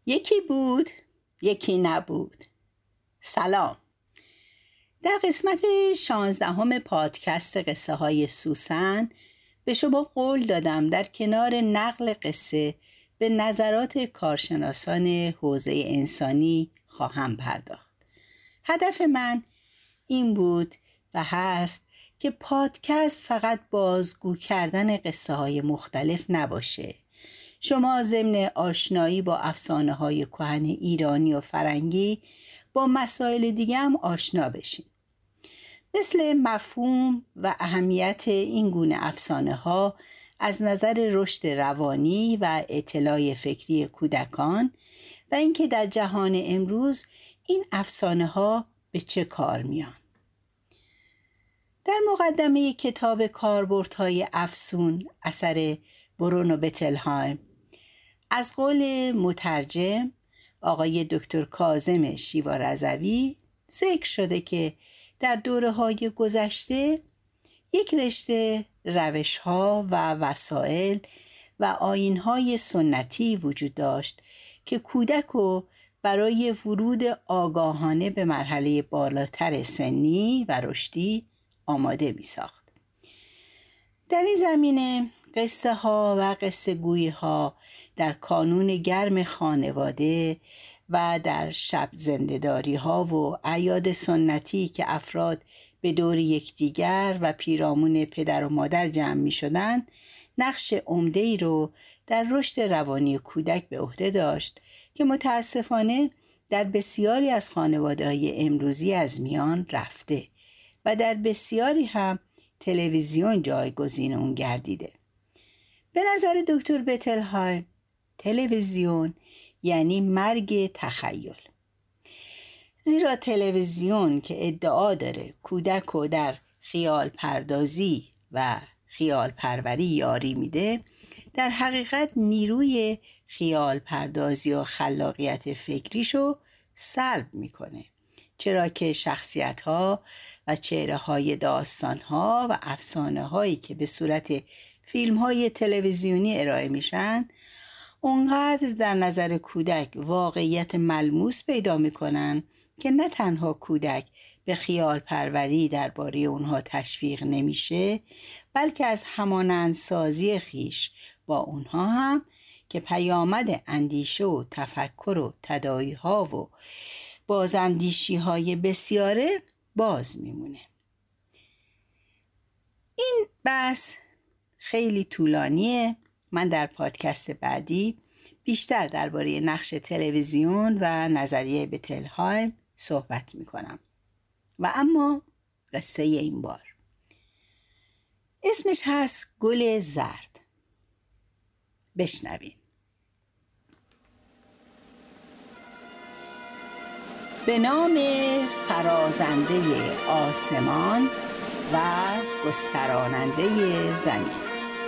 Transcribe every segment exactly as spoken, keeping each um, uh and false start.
یکی بود، یکی نبود. سلام. در قسمت شانزدهم پادکست قصه های سوسن به شما قول دادم در کنار نقل قصه به نظرات کارشناسان حوزه انسانی خواهم پرداخت. هدف من این بود و هست که پادکست فقط بازگو کردن قصه های مختلف نباشه. شما ضمن آشنایی با افسانه های کهن ایرانی و فرنگی با مسائل دیگه هم آشنا بشین. مثل مفهوم و اهمیت این گونه افسانه ها از نظر رشد روانی و اطلاع فکری کودکان و اینکه در جهان امروز این افسانه ها به چه کار میان. در مقدمه کتاب کاربردهای افسون اثر برونو بتلهایم از قول مترجم آقای دکتر کاظم شیوا رضوی ذکر شده که در دوره‌های گذشته یک رشته روش‌ها و وسایل و آیین‌های سنتی وجود داشت که کودک رو برای ورود آگاهانه به مرحله بالاتر سنی و رشدی آماده می‌ساخت. در این زمینه قصه ها و قصه گویی ها در کانون گرم خانواده و در شب زنده‌داری ها و اعیاد سنتی که افراد به دور یکدیگر و پیرامون پدر و مادر جمع می شدن نقش عمده‌ای رو در رشد روانی کودک به عهده داشت که متاسفانه در بسیاری از خانواده‌های امروزی از میان رفته و در بسیاری هم تلویزیون جایگزین اون گردیده. به نظر دکتر بتلهایم تلویزیون یعنی مرگ تخیل، زیرا تلویزیون که ادعا داره کودک رو در خیال پردازی و خیال پروری یاری میده، در حقیقت نیروی خیال پردازی و خلاقیت فکریشو سلب میکنه، چرا که شخصیت‌ها و چهره‌های داستان‌ها و افسانه‌هایی که به صورت فیلم‌های تلویزیونی ارائه میشن اونقدر در نظر کودک واقعیت ملموس پیدا میکنن که نه تنها کودک به خیال پروری درباره اونها تشویق نمیشه، بلکه از همانندسازی خیش با اونها هم که پیامد اندیشه و تفکر و تداعی‌ها و بازاندیشی‌های بسیاره باز میمونه. این بحث خیلی طولانیه. من در پادکست بعدی بیشتر درباره نقش تلویزیون و نظریه بتلهایم صحبت میکنم. و اما قصه این بار اسمش هست گل زرد. بشنوین. به نام فرازنده آسمان و گستراننده زمین.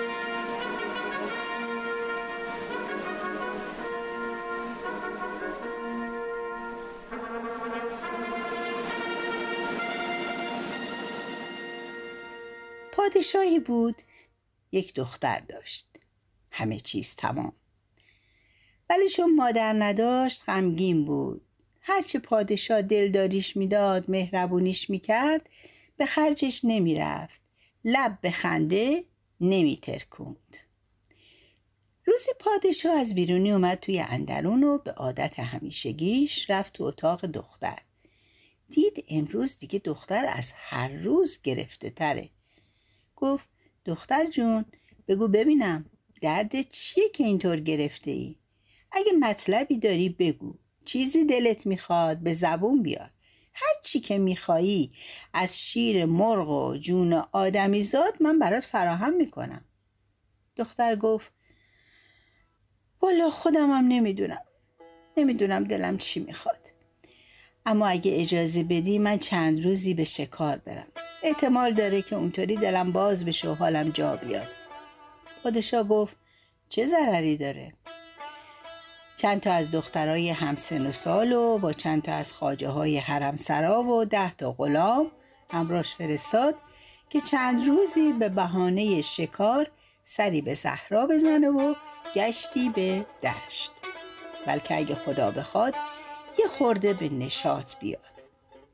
پادشاهی بود، یک دختر داشت. همه چیز تمام، ولی چون مادر نداشت غمگین بود. هرچه پادشاه دلداریش میداد، مهربونیش میکرد، به خرجش نمیرفت، لب به خنده نمیترکوند. روزی پادشاه از بیرونی اومد توی اندرون و به عادت همیشگیش رفت تو اتاق دختر. دید امروز دیگه دختر از هر روز گرفته تره. گفت دختر جون بگو ببینم درد چیه که اینطور گرفته ای؟ اگه مطلبی داری بگو، چیزی دلت میخواد به زبون بیار، هر چی که میخوایی از شیر مرغ و جون آدمیزاد من برات فراهم میکنم. دختر گفت والا خودم هم نمیدونم نمیدونم دلم چی میخواد، اما اگه اجازه بدی من چند روزی به شکار برم، احتمال داره که اونطوری دلم باز بشه و حالم جا بیاد. پادشاه گفت چه ضرری داره؟ چند تا از دخترای همسن و سال و با چند تا از خواجه های حرم سرا و ده تا غلام همراهش فرستاد که چند روزی به بهانه شکار سری به صحرا بزنه و گشتی به دشت. بلکه اگه خدا بخواد یه خورده به نشاط بیاد.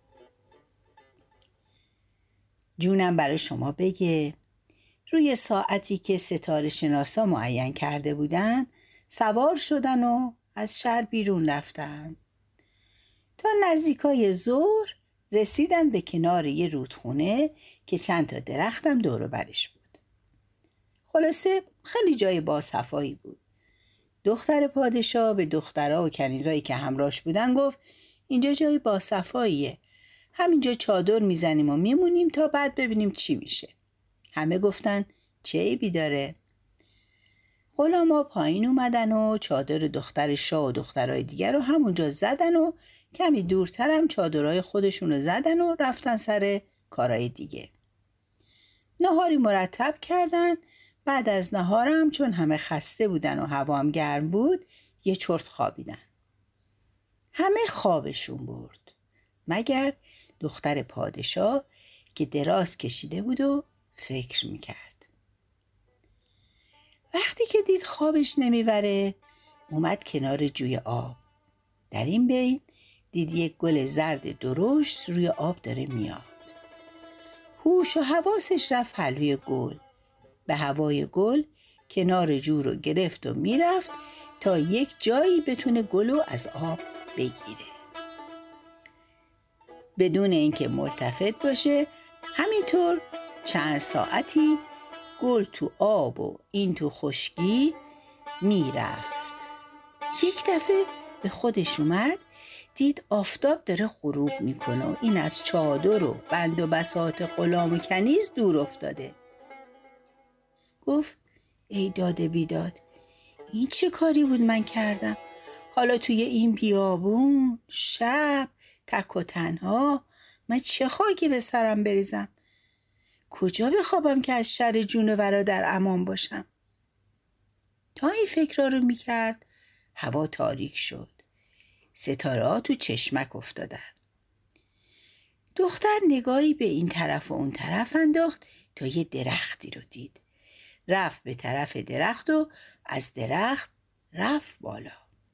جونم برای شما بگه روی ساعتی که ستاره شناسا معین کرده بودن سوار شدن و از شهر بیرون رفتن. تا نزدیکای ظهر رسیدن به کنار یه رودخونه که چند تا درختم دور و برش بود. خلاصه خیلی جای باصفایی بود. دختر پادشاه به دخترها و کنیزایی که همراهش بودن گفت اینجا جای باصفاییه. همینجا چادر میزنیم و میمونیم تا بعد ببینیم چی میشه. همه گفتن چه عیبی داره؟ غلاما پایین اومدن و چادر دختر شاه و دخترای دیگر رو همونجا زدن و کمی دورتر هم چادرهای خودشون رو زدن و رفتن سر کارهای دیگه. نهاری مرتب کردن. بعد از نهارم چون همه خسته بودن و هوا هم گرم بود یه چرت خوابیدن. همه خوابشون برد مگر دختر پادشاه که دراز کشیده بود و فکر میکرد. وقتی که دید خوابش نمیبره اومد کنار جوی آب. در این بین دید یک گل زرد درشت روی آب داره میاد. هوش و حواسش رفت پهلوی گل. به هوای گل کنار جو رو گرفت و میرفت تا یک جایی بتونه گل رو از آب بگیره. بدون اینکه ملتفت باشه همینطور چند ساعتی گل تو آب و این تو خشکی میرفت. یک دفعه به خودش اومد دید آفتاب داره غروب میکنه و این از چادر و بند و بساط غلام و کنیز دور افتاده. گفت ای داد بیداد، این چه کاری بود من کردم؟ حالا توی این بیابون شب تک و تنها من چه خاکی به سرم بریزم؟ کجا بخوابم که از شر جونورا در امان باشم؟ تا این فکرها رو میکرد هوا تاریک شد. ستاره ها تو چشمک افتادن. دختر نگاهی به این طرف و اون طرف انداخت تا یه درختی رو دید. رفت به طرف درخت و از درخت رفت بالا.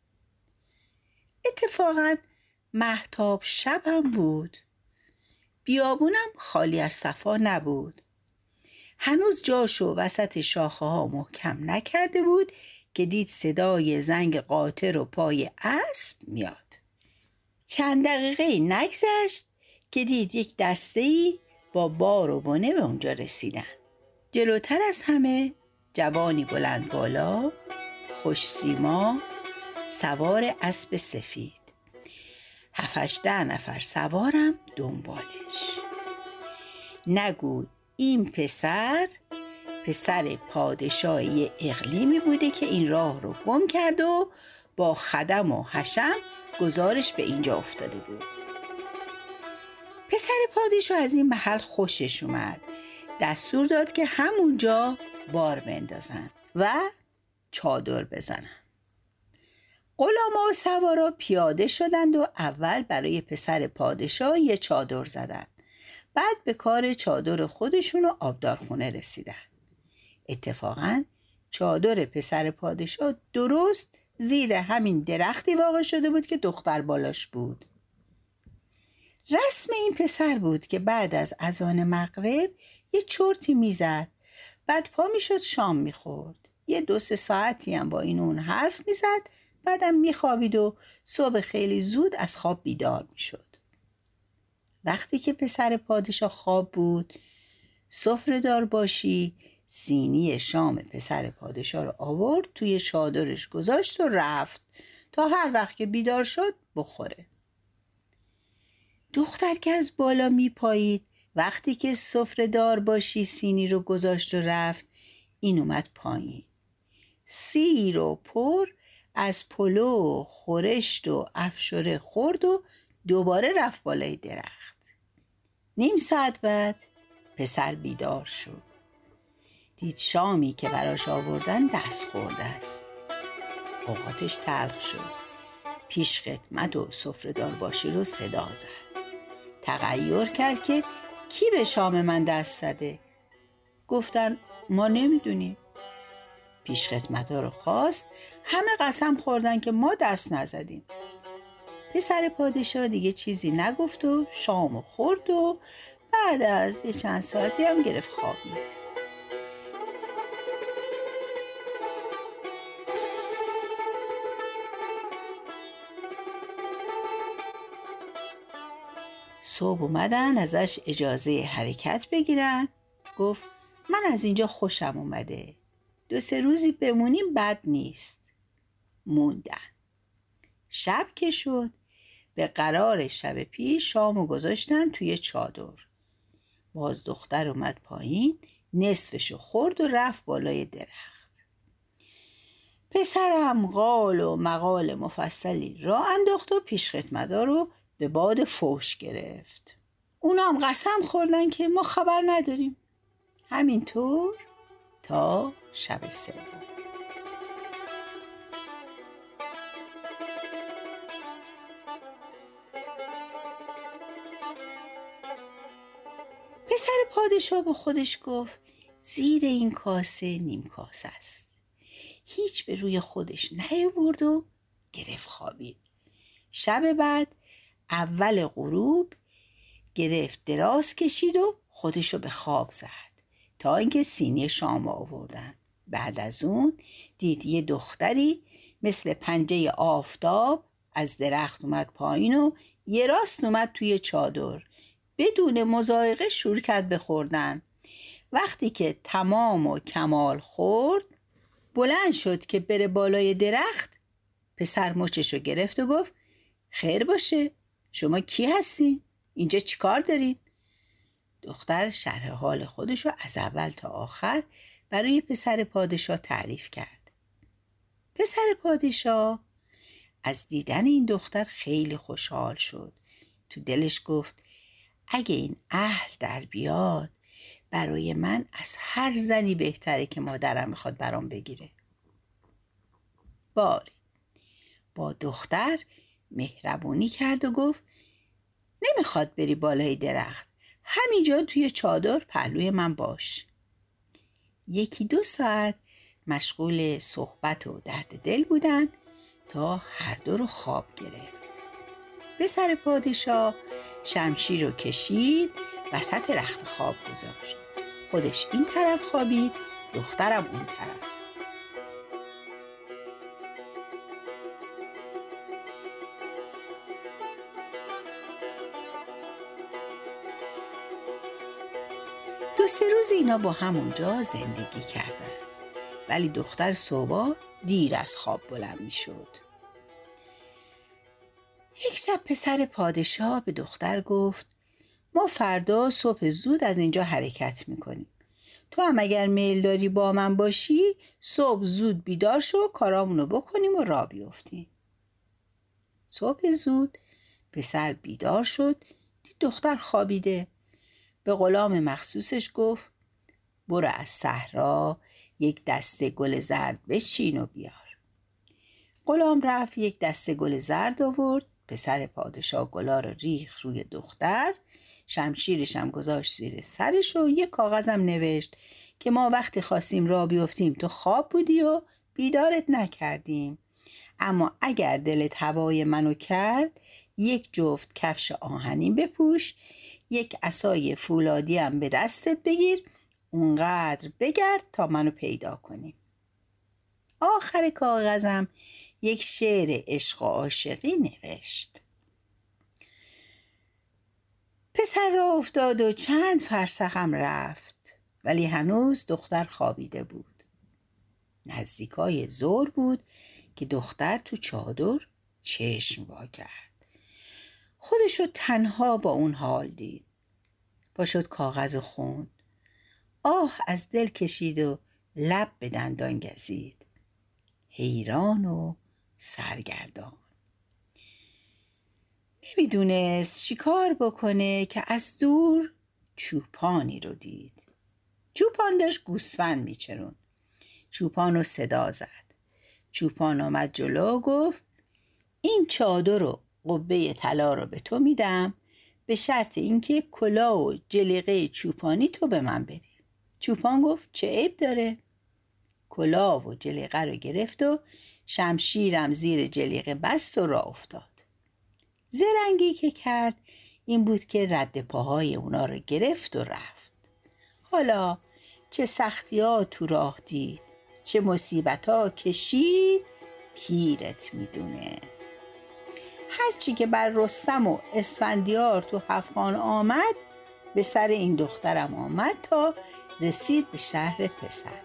اتفاقاً مهتاب شب هم بود. بیابونم خالی از صفا نبود. هنوز جاشو وسط شاخه ها محکم نکرده بود که دید صدای زنگ قاطر و پای اسب میاد. چند دقیقه نگذشت که دید یک دسته‌ای با بار و بنه به اونجا رسیدن. جلوتر از همه جوانی بلند بالا، خوش سیما، سوار اسب سفید. هفتش ده نفر سوارم دنبالش. نگو این پسر پسر پادشاهی اقلیمی بوده که این راه رو گم کرد و با خدم و حشم گزارش به اینجا افتاده بود. پسر پادشاه از این محل خوشش اومد. دستور داد که همونجا بار بندازن و چادر بزنن. غلاما و سوارا پیاده شدند و اول برای پسر پادشاه یه چادر زدند. بعد به کار چادر خودشون و آبدارخونه رسیدن. اتفاقاً چادر پسر پادشاه درست زیر همین درختی واقع شده بود که دختر بالاش بود. رسم این پسر بود که بعد از اذان مغرب یه چرتی میزد. بعد پا میشد شام میخورد. یه دو سه ساعتی هم با این اون حرف میزد. بعدم میخوابید و صبح خیلی زود از خواب بیدار میشد. وقتی که پسر پادشاه خواب بود، سفره دار باشی سینی شام پسر پادشاه رو آورد توی چادرش گذاشت و رفت تا هر وقت که بیدار شد بخوره. دختر که از بالا میپایید وقتی که سفره دار باشی سینی رو گذاشت و رفت، این اومد پایین. سیر و پر از پلو خورشت و افشاره خورد و دوباره رفت بالای درخت. نیم ساعت بعد پسر بیدار شد. دید شامی که براش آوردن دست خورده است. اوقاتش تلخ شد. پیش خدمت و سفره دار باشی رو صدا زد. تغییر کرد که کی به شام من دست زده؟ گفتن ما نمیدونیم. پیشخدمت‌ها رو خواست. همه قسم خوردن که ما دست نزدیم. پسر پادشاه دیگه چیزی نگفت و شامو خورد و بعد از یه چند ساعتی هم گرفت خوابید. صبح اومدن ازش اجازه حرکت بگیرن. گفت من از اینجا خوشم اومده، دو سه روزی بمونیم بد نیست. موندن. شب که شد به قرار شب پیش شامو گذاشتن توی چادر. باز دختر اومد پایین، نصفشو خورد و رفت بالای درخت. پسرم قال و مقال مفصلی را انداخت و پیشخدمت‌ها رو به باد فحش گرفت. اونا هم قسم خوردن که ما خبر نداریم. همینطور تا شب سوم. پسر پادشاه با خودش گفت زیر این کاسه نیم کاسه است. هیچ به روی خودش نیاورد و گرفت خوابید. شب بعد اول غروب گرفت دراز کشید و خودشو به خواب زد تا اینکه سینی شام آوردن. بعد از اون دید یه دختری مثل پنجه آفتاب از درخت اومد پایین و یه راست اومد توی چادر. بدون مضایقه شروع کرد به خوردن. وقتی که تمام و کمال خورد بلند شد که بره بالای درخت. پسر مچشو گرفت و گفت خیر باشه، شما کی هستین؟ اینجا چی کار دارین؟ دختر شرح حال خودشو از اول تا آخر برای پسر پادشاه تعریف کرد. پسر پادشاه از دیدن این دختر خیلی خوشحال شد. تو دلش گفت اگه این اهل در بیاد برای من از هر زنی بهتره که مادرم میخواد برام بگیره. باری با دختر مهربونی کرد و گفت نمیخواد بری بالای درخت، همینجا توی چادر پهلوی من باش. یکی دو ساعت مشغول صحبت و درد دل بودن تا هر دو رو خواب گرفت. پسر پادشاه شمشیر رو کشید وسط رخت خواب گذاشت. خودش این طرف خوابید، دخترم اون طرف. دو سه روز اینا با هم اونجا زندگی کردن. ولی دختر صبح دیر از خواب بلند می شد. یک شب پسر پادشاه به دختر گفت ما فردا صبح زود از اینجا حرکت می کنیم. تو هم اگر میل داری با من باشی صبح زود بیدار شو، کارامونو بکنیم و راه بیفتیم. صبح زود پسر بیدار شد، دید دختر خوابیده. به غلام مخصوصش گفت برو از صحرا یک دسته گل زرد بچین و بیار. غلام رفت یک دسته گل زرد آورد. پسر پادشاه گلا رو ریخت روی دختر، شمشیرش هم گذاشت زیر سرش و یک کاغذم نوشت که ما وقتی خواستیم راه بیفتیم تو خواب بودی و بیدارت نکردیم، اما اگر دلت هوای منو کرد یک جفت کفش آهنین بپوش، یک عصای فولادی هم به دستت بگیر، اونقدر بگرد تا منو پیدا کنیم. آخر کاغذم یک شعر عشق و عاشقی نوشت. پسر را افتاد و چند فرسخم رفت، ولی هنوز دختر خوابیده بود. نزدیکای ظهر بود که دختر تو چادر چشم وا کرد. خودشو تنها با اون حال دید. پا شد کاغذ خوند. آه از دل کشید و لب به دندان گزید. حیران و سرگردان نمیدونست چیکار بکنه که از دور چوپانی رو دید. چوپان داشت گوسفند میچرون. چوپان رو صدا زد. چوپان آمد جلو و گفت این چادر و قبه طلا رو به تو میدم به شرط اینکه کلاه و جلیقه چوپانی تو به من بدی. چوپان گفت چه عیب داره؟ کلاه و جلیقه رو گرفت و شمشیرم زیر جلیقه بست و راه افتاد. زرنگی که کرد این بود که رد پاهای اونا رو گرفت و رفت. حالا چه سختی ها تو راه دید، چه مصیبت ها کشید، پیرت میدونه. هرچی که بر رستم و اسفندیار تو هفغان آمد به سر این دخترم آمد تا رسید به شهر پسر.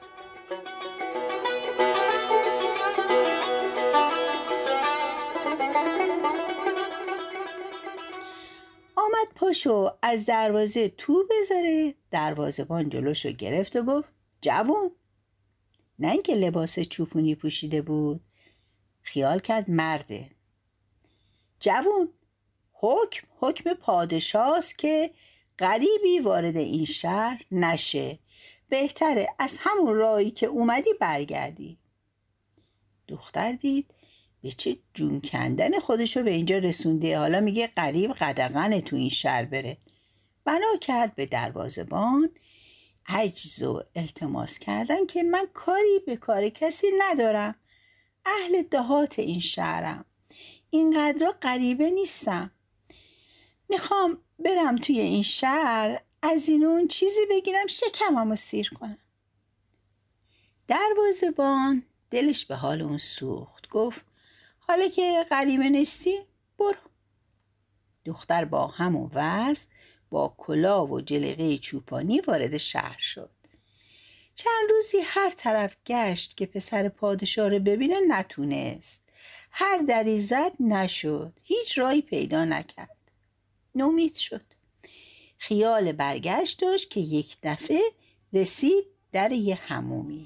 آمد پاشو از دروازه تو بذاره. دروازه‌بان جلوشو گرفت و گفت جوون. نه اینکه لباس چوپونی پوشیده بود، خیال کرد مرده. جوون، حکم حکم پادشاست که غریبی وارد این شهر نشه. بهتره از همون راهی که اومدی برگردی. دختر دید به چه جون کندن خودشو به اینجا رسونده. حالا میگه غریب قدغن تو این شهر بره. بنا کرد به دروازه‌بان عجز و التماس کردن که من کاری به کار کسی ندارم. اهل دهات این شهرم. اینقدر غریبه نیستم. میخوام برم توی این شهر از این اون چیزی بگیرم شکممو سیر کنم. دروازه‌بان دلش به حال اون سوخت. گفت حالا که غریبه نیستی برو. دختر با همون وضع با کلاه و جلیقه چوپانی وارد شهر شد. چند روزی هر طرف گشت که پسر پادشاه رو ببینه نتونست. هر دری زد نشد. هیچ راهی پیدا نکرد. نومید شد. خیال برگشت داشت که یک دفعه رسید در یه حمومی.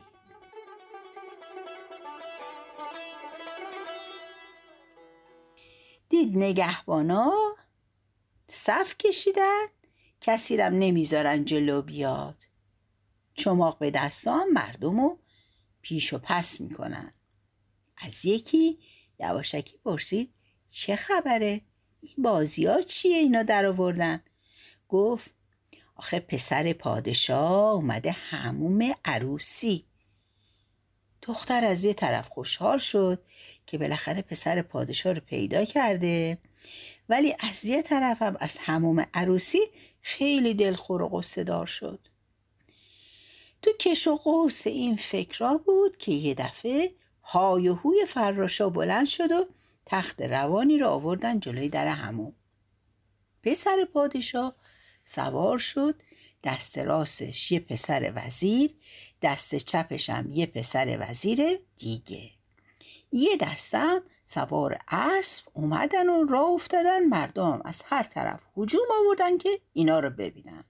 دید نگهبانا صف کشیدن، کسی رم نمیذارن جلو بیاد. چماق به دستان مردمو پیش و پس میکنن. از یکی یواشکی پرسید چه خبره؟ این بازی ها چیه اینا در آوردن؟ گفت آخه پسر پادشاه اومده حموم عروسی. دختر از یه طرف خوشحال شد که بالاخره پسر پادشاه رو پیدا کرده، ولی از یه طرف هم از حموم عروسی خیلی دلخور و غصه دار شد. تو کش و قوس این فکرها بود که یه دفعه های و هوی فراشا بلند شد و تخت روانی رو آوردن جلوی در حموم. پسر پادشاه سوار شد. دست راستش یه پسر وزیر، دست چپش هم یه پسر وزیر دیگه. یه دستم سوار اسب اومدن و راه افتادن. مردم از هر طرف هجوم آوردن که اینا رو ببینن.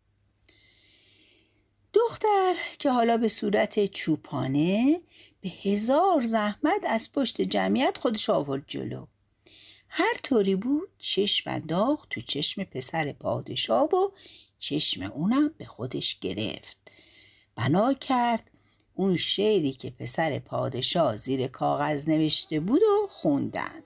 دختر که حالا به صورت چوپانه به هزار زحمت از پشت جمعیت خودش آورد جلو. هر طوری بود چشم انداخت تو چشم پسر پادشاه و چشم اونم به خودش گرفت. بنا کرد اون شعری که پسر پادشاه زیر کاغذ نوشته بود و خوندن.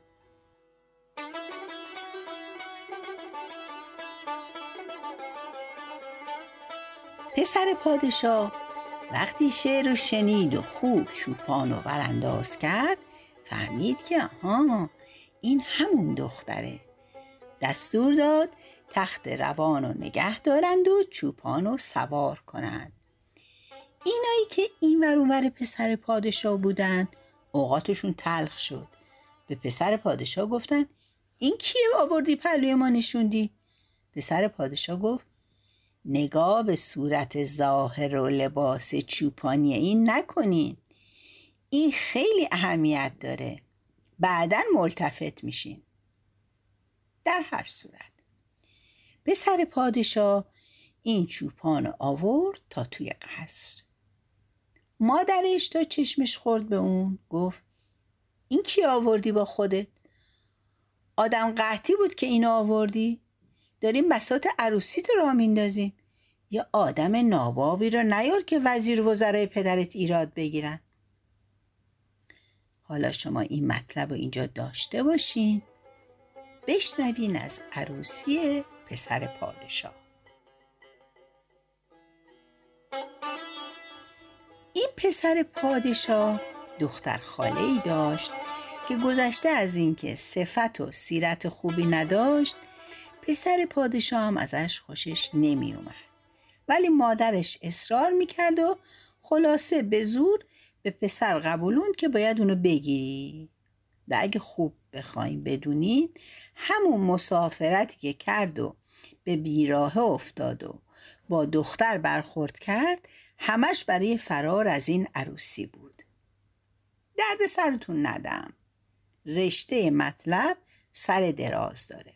پسر پادشاه وقتی شعر رو شنید و خوب چوپان و برانداز کرد فهمید که آها این همون دختره. دستور داد تخت روان رو نگه دارند و چوپان رو سوار کنند. اینایی که این ور اون ور پسر پادشاه بودن اوقاتشون تلخ شد. به پسر پادشاه گفتن این کیه آوردی پهلوی ما نشوندی؟ پسر پادشاه گفت نگاه به صورت ظاهر و لباس چوپانی این نکنین. این خیلی اهمیت داره. بعداً ملتفت میشین. در هر صورت پسر پادشاه این چوپان آورد تا توی قصر. مادرش تا چشمش خورد به اون گفت این کی آوردی با خودت؟ آدم قحطی بود که اینو آوردی؟ داریم بساط عروسی تو راه میندازیم. یه آدم نابابی رو نیار که وزیر وزرای پدرت ایراد بگیرن. حالا شما این مطلب رو اینجا داشته باشین. بشنوین از عروسی پسر پادشاه. این این پسر پادشاه دختر خاله ای داشت که گذشته از اینکه صفت و سیرت خوبی نداشت، پسر پادشاه هم ازش خوشش نمی اومد. ولی مادرش اصرار میکرد و خلاصه به زور به پسر قبولوند که باید اونو بگیری. و اگه خوب بخوایم بدونین، همون مسافرتی که کرد و به بیراهه افتاد و با دختر برخورد کرد، همش برای فرار از این عروسی بود. درد سرتون ندم، رشته مطلب سر دراز داره.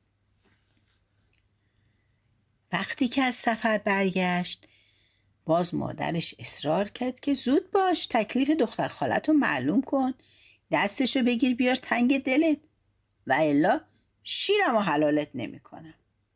وقتی که از سفر برگشت، باز مادرش اصرار کرد که زود باش، تکلیف دختر خالتو معلوم کن، دستشو بگیر بیار تنگ دلت و الا شیرم و حلالت نمی کنم.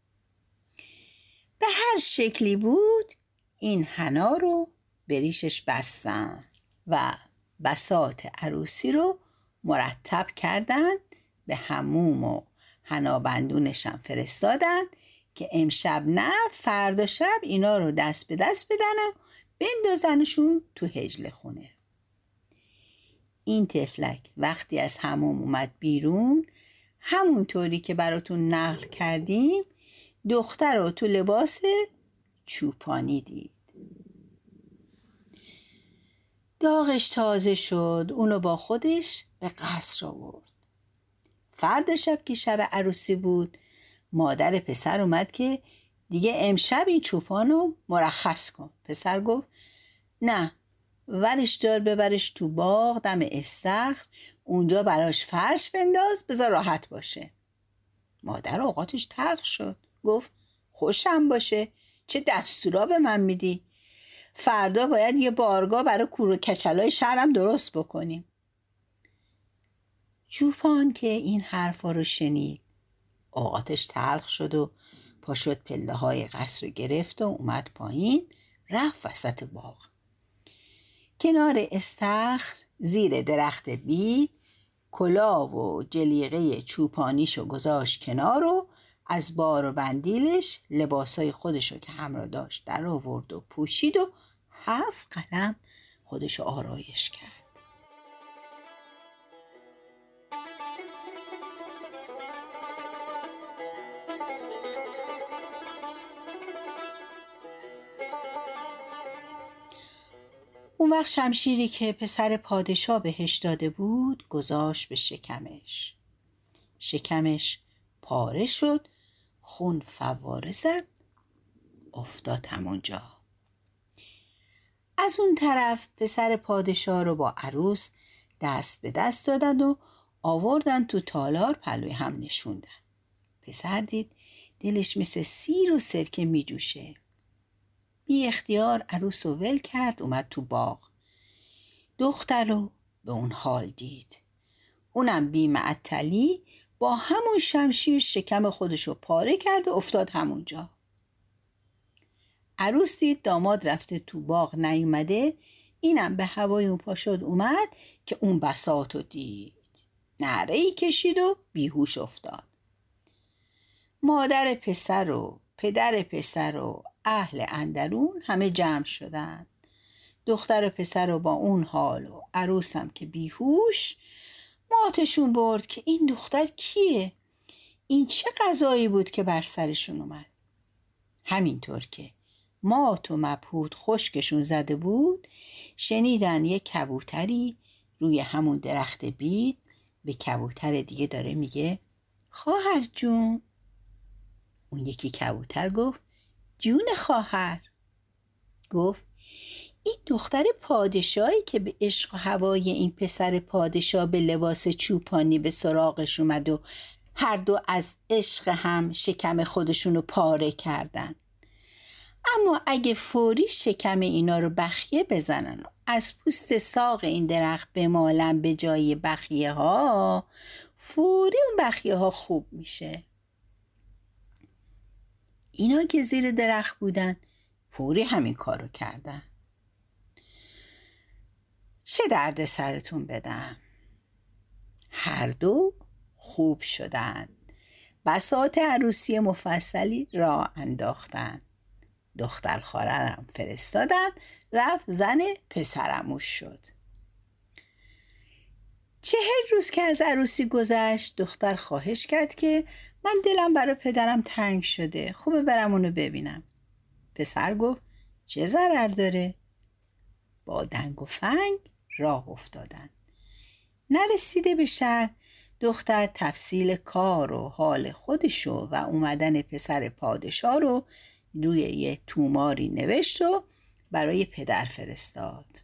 به هر شکلی بود این حنا رو به ریشش بستن و بساط عروسی رو مرتب کردن، به حموم و حنابندونش هم فرستادن که امشب نه فردا شب اینا رو دست به دست بدن و بندازنشون تو حجله خونه. این طفلک وقتی از حموم اومد بیرون، همونطوری که براتون نقل کردیم دختر رو تو لباس چوپانی دید. داغش تازه شد، اونو با خودش به قصر آورد. فردا شب که شب عروسی بود، مادر پسر اومد که دیگه امشب این چوپانو مرخص کن. پسر گفت نه، ورش دار ببرش تو باغ دم استخر، اونجا براش فرش بنداز، بذار راحت باشه. مادر اوقاتش تلخ شد، گفت خوشم باشه، چه دستورا به من میدی؟ فردا باید یه بارگاه برای کور و کچلای شهرم درست بکنیم. چوپان که این حرفا رو شنید، اوقاتش تلخ شد و پا شد پله های قصر رو گرفت و اومد پایین، رفت وسط باغ. کنار استخر زیر درخت بید کلاه و جلیقه چوپانیشو گذاشت کنار و از بار و بندیلش لباسای خودشو که همراه داشت در آورد و پوشید و هفت قدم خودشو آرایش کرد. اون وقت شمشیری که پسر پادشاه بهش داده بود گذاشت به شکمش. شکمش پاره شد، خون فواره زد، افتاد همونجا. از اون طرف پسر پادشاه رو با عروس دست به دست دادن و آوردن تو تالار پلوی هم نشوندن. پسر دید دلش مثل سیر و سرکه می جوشه. بی اختیار عروس رو ول کرد، اومد تو باغ. دختر رو به اون حال دید. اونم بی معطلی با همون شمشیر شکم خودشو پاره کرد و افتاد همونجا. عروس دید داماد رفته تو باغ نیومده، اینم به هوای اون پا شد اومد که اون بساطو دید. نعره‌ای کشید و بیهوش افتاد. مادر پسر و پدر پسر و اهل اندرون همه جمع شدن. دختر پسر رو با اون حال و عروسم که بیهوش ماتشون برد که این دختر کیه؟ این چه قضایی بود که بر سرشون اومد؟ همینطور که مات و مبهوت خشکشون زده بود، شنیدن یه کبوتری روی همون درخت بید به کبوتر دیگه داره میگه خواهر جون. اون یکی کبوتر گفت جون خواهر. گفت این دختر پادشاهی که به عشق و هوای این پسر پادشاه به لباس چوپانی به سراغش اومد و هر دو از عشق هم شکم خودشونو پاره کردن. اما اگه فوری شکم اینا رو بخیه بزنن و از پوست ساق این درخت بمالن به جای بخیه ها، فوری اون بخیه ها خوب میشه. اینا که زیر درخت بودن فوری همین کارو کردن. چه درد سرتون بدم، هر دو خوب شدن، بساط عروسی مفصلی را انداختن. دختر خاله‌ام فرستادن، رفت زن پسرعموش شد. چهل روز که از عروسی گذشت، دختر خواهش کرد که من دلم برای پدرم تنگ شده، خوبه برم اونو ببینم. پسر گفت چه ضرر داره؟ با دنگ و فنگ راه افتادن. نرسیده به شهر، دختر تفصیل کار و حال خودشو و اومدن پسر پادشاه رو روی یه توماری نوشت و برای پدر فرستاد.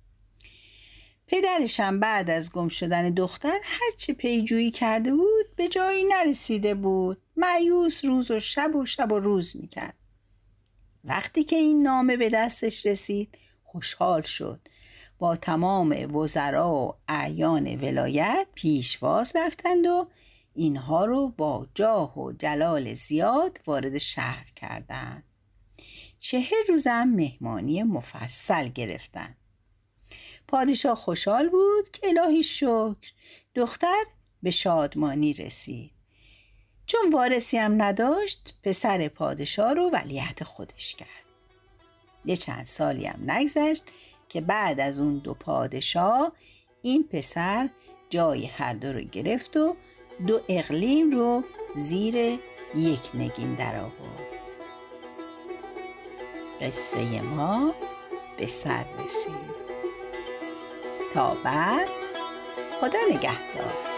پدرشم بعد از گم شدن دختر هرچی پیجویی کرده بود به جایی نرسیده بود. مایوس روز و شب و شب و روز میکرد. وقتی که این نامه به دستش رسید خوشحال شد. با تمام وزرا و اعیان ولایت پیشواز رفتند و اینها رو با جاه و جلال زیاد وارد شهر کردند. چهل روزم مهمانی مفصل گرفتند. پادشاه خوشحال بود که الهی شکر، دختر به شادمانی رسید. چون وارثی هم نداشت، پسر پادشاه رو ولیعهد خودش کرد. یه چند سالی هم نگذشت که بعد از اون دو پادشاه این پسر جای هر دو رو گرفت و دو اقلیم رو زیر یک نگین در آورد. قصه ما به سر رسید. تا بعد، خدا نگهدار.